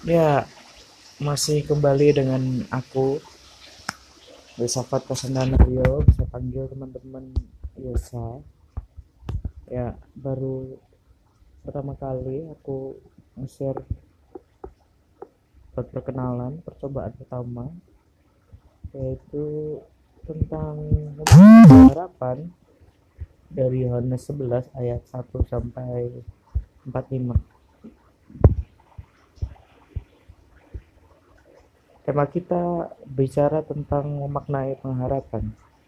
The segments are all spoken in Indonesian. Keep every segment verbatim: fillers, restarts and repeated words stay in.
Ya, masih kembali dengan aku, Yosafat Kasandana Rio, bisa panggil teman-teman Yosa. Ya, baru pertama kali aku nge-share buat perkenalan, percobaan pertama, yaitu tentang harapan dari Yohanes sebelas ayat satu sampai empat puluh lima. Tema kita bicara tentang memaknai pengharapan.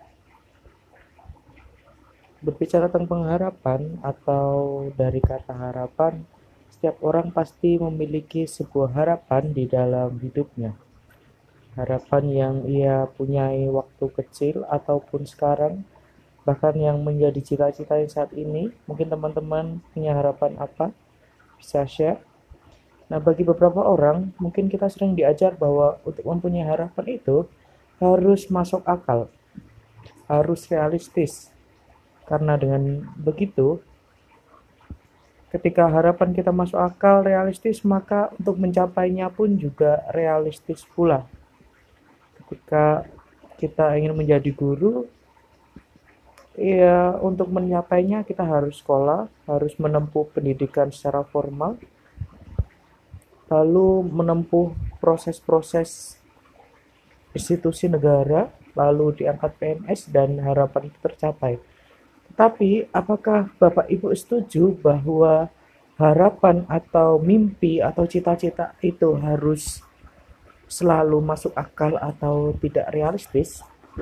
Berbicara tentang pengharapan atau dari kata harapan, setiap orang pasti memiliki sebuah harapan di dalam hidupnya. Harapan yang ia punyai waktu kecil ataupun sekarang, bahkan yang menjadi cita-cita saat ini. Mungkin teman-teman punya harapan apa? Bisa share. Nah, bagi beberapa orang, mungkin kita sering diajar bahwa untuk mempunyai harapan itu harus masuk akal, harus realistis. Karena dengan begitu, ketika harapan kita masuk akal, realistis, maka untuk mencapainya pun juga realistis pula. Ketika kita ingin menjadi guru, ya untuk menyapainya kita harus sekolah, harus menempuh pendidikan secara formal, lalu menempuh proses-proses institusi negara, lalu diangkat P N S dan harapan itu tercapai. Tapi apakah Bapak Ibu setuju bahwa harapan atau mimpi atau cita-cita itu harus selalu masuk akal atau tidak realistis?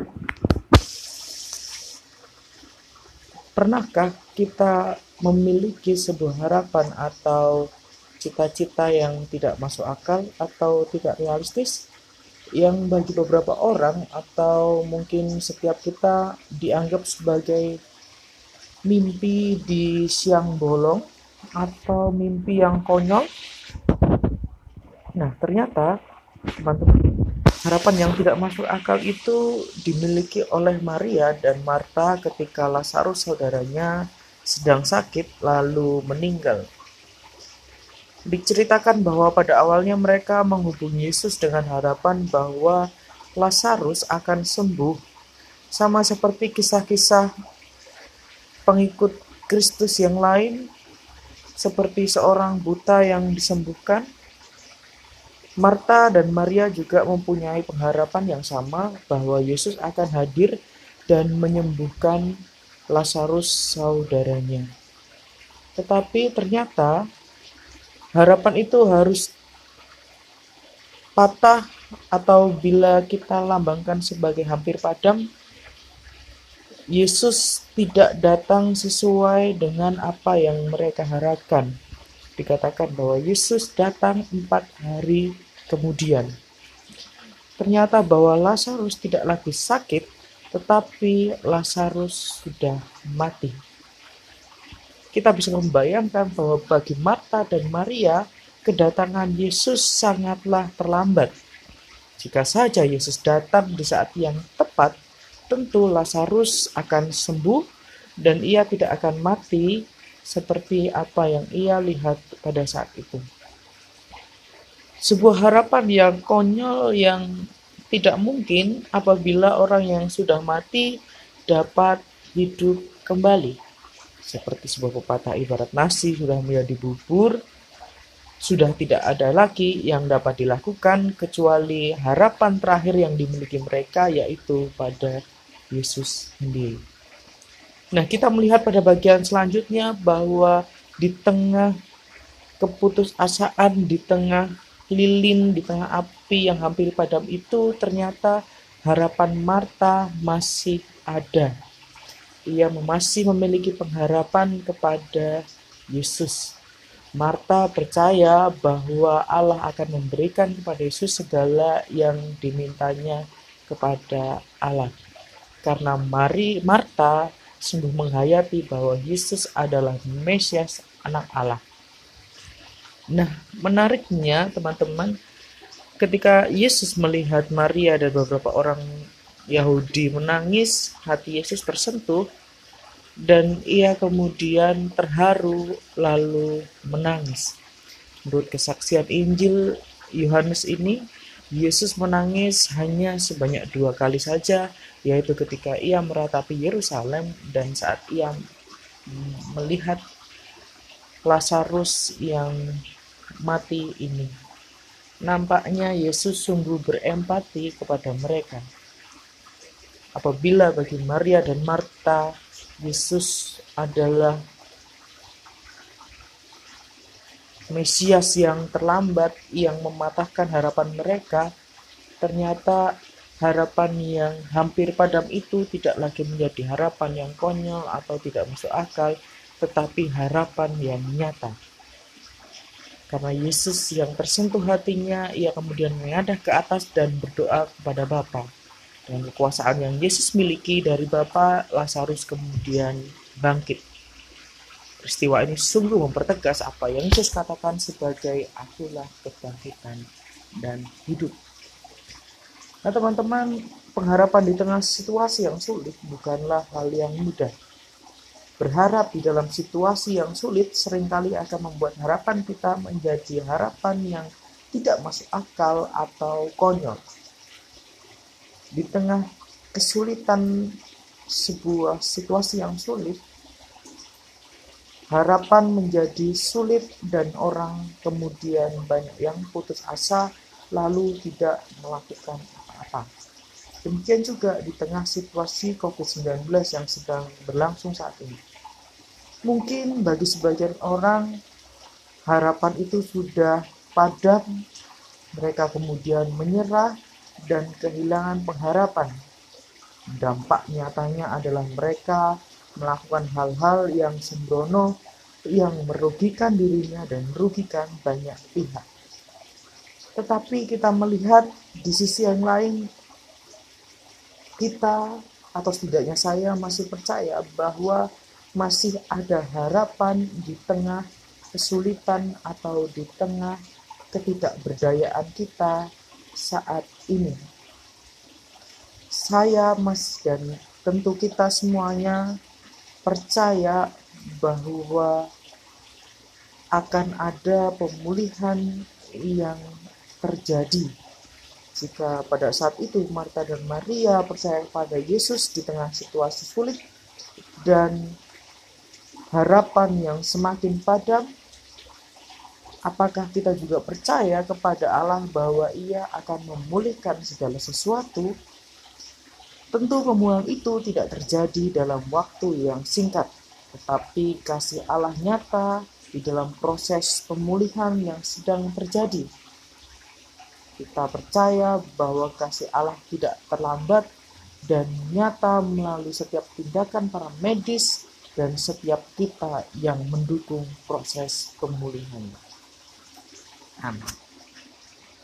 Pernahkah kita memiliki sebuah harapan atau cita-cita yang tidak masuk akal atau tidak realistis? Yang bagi beberapa orang atau mungkin setiap kita dianggap sebagai mimpi di siang bolong atau mimpi yang konyol. Nah, ternyata teman-teman, harapan yang tidak masuk akal itu dimiliki oleh Maria dan Marta ketika Lazarus saudaranya sedang sakit lalu meninggal. Diceritakan bahwa pada awalnya mereka menghubungi Yesus dengan harapan bahwa Lazarus akan sembuh, sama seperti kisah-kisah pengikut Kristus yang lain, seperti seorang buta yang disembuhkan. Marta dan Maria juga mempunyai pengharapan yang sama bahwa Yesus akan hadir dan menyembuhkan Lazarus saudaranya. Tetapi ternyata harapan itu harus patah atau bila kita lambangkan sebagai hampir padam. Yesus tidak datang sesuai dengan apa yang mereka harapkan. Dikatakan bahwa Yesus datang empat hari kemudian. Ternyata bahwa Lazarus tidak lagi sakit, tetapi Lazarus sudah mati. Kita bisa membayangkan bahwa bagi Marta dan Maria, kedatangan Yesus sangatlah terlambat. Jika saja Yesus datang di saat yang tepat, tentu Lazarus akan sembuh dan ia tidak akan mati seperti apa yang ia lihat pada saat itu. Sebuah harapan yang konyol yang tidak mungkin apabila orang yang sudah mati dapat hidup kembali. Seperti sebuah pepatah ibarat nasi sudah menjadi bubur, sudah tidak ada lagi yang dapat dilakukan kecuali harapan terakhir yang dimiliki mereka, yaitu pada Yesus sendiri. Nah, kita melihat pada bagian selanjutnya bahwa di tengah keputusasaan, di tengah lilin, di tengah api yang hampir padam itu, ternyata harapan Marta masih ada. Ia masih memiliki pengharapan kepada Yesus. Marta percaya bahwa Allah akan memberikan kepada Yesus segala yang dimintanya kepada Allah. Karena Mari Marta sungguh menghayati bahwa Yesus adalah Mesias, anak Allah. Nah, menariknya teman-teman, ketika Yesus melihat Maria dan beberapa orang Yahudi menangis, hati Yesus tersentuh dan ia kemudian terharu lalu menangis. Menurut kesaksian Injil, Yohanes ini, Yesus menangis hanya sebanyak dua kali saja, yaitu ketika ia meratapi Yerusalem dan saat ia melihat Lazarus yang mati ini. Nampaknya Yesus sungguh berempati kepada mereka. Apabila bagi Maria dan Marta, Yesus adalah Mesias yang terlambat, yang mematahkan harapan mereka, ternyata harapan yang hampir padam itu tidak lagi menjadi harapan yang konyol atau tidak masuk akal, tetapi harapan yang nyata. Karena Yesus yang tersentuh hatinya, ia kemudian mengadah ke atas dan berdoa kepada Bapa. Dengan kekuasaan yang Yesus miliki dari Bapa, Lazarus kemudian bangkit. Peristiwa ini sungguh mempertegas apa yang Yesus katakan sebagai akulah kebangkitan dan hidup. Nah teman-teman, pengharapan di tengah situasi yang sulit bukanlah hal yang mudah. Berharap di dalam situasi yang sulit seringkali akan membuat harapan kita menjadi harapan yang tidak masuk akal atau konyol. Di tengah kesulitan sebuah situasi yang sulit, harapan menjadi sulit dan orang kemudian banyak yang putus asa lalu tidak melakukan apa-apa. Demikian juga di tengah situasi covid sembilan belas yang sedang berlangsung saat ini. Mungkin bagi sebagian orang harapan itu sudah padam, mereka kemudian menyerah dan kehilangan pengharapan. Dampak nyatanya adalah mereka melakukan hal-hal yang sembrono, yang merugikan dirinya dan merugikan banyak pihak. Tetapi kita melihat di sisi yang lain, kita atau setidaknya saya masih percaya bahwa masih ada harapan di tengah kesulitan atau di tengah ketidakberdayaan kita saat ini. Saya mas dan tentu kita semuanya percaya bahwa akan ada pemulihan yang terjadi jika pada saat itu Marta dan Maria percaya pada Yesus di tengah situasi sulit dan harapan yang semakin padam. Apakah kita juga percaya kepada Allah bahwa Ia akan memulihkan segala sesuatu? Tentu pemulihan itu tidak terjadi dalam waktu yang singkat, tetapi kasih Allah nyata di dalam proses pemulihan yang sedang terjadi. Kita percaya bahwa kasih Allah tidak terlambat dan nyata melalui setiap tindakan para medis dan setiap kita yang mendukung proses pemulihan. Amin.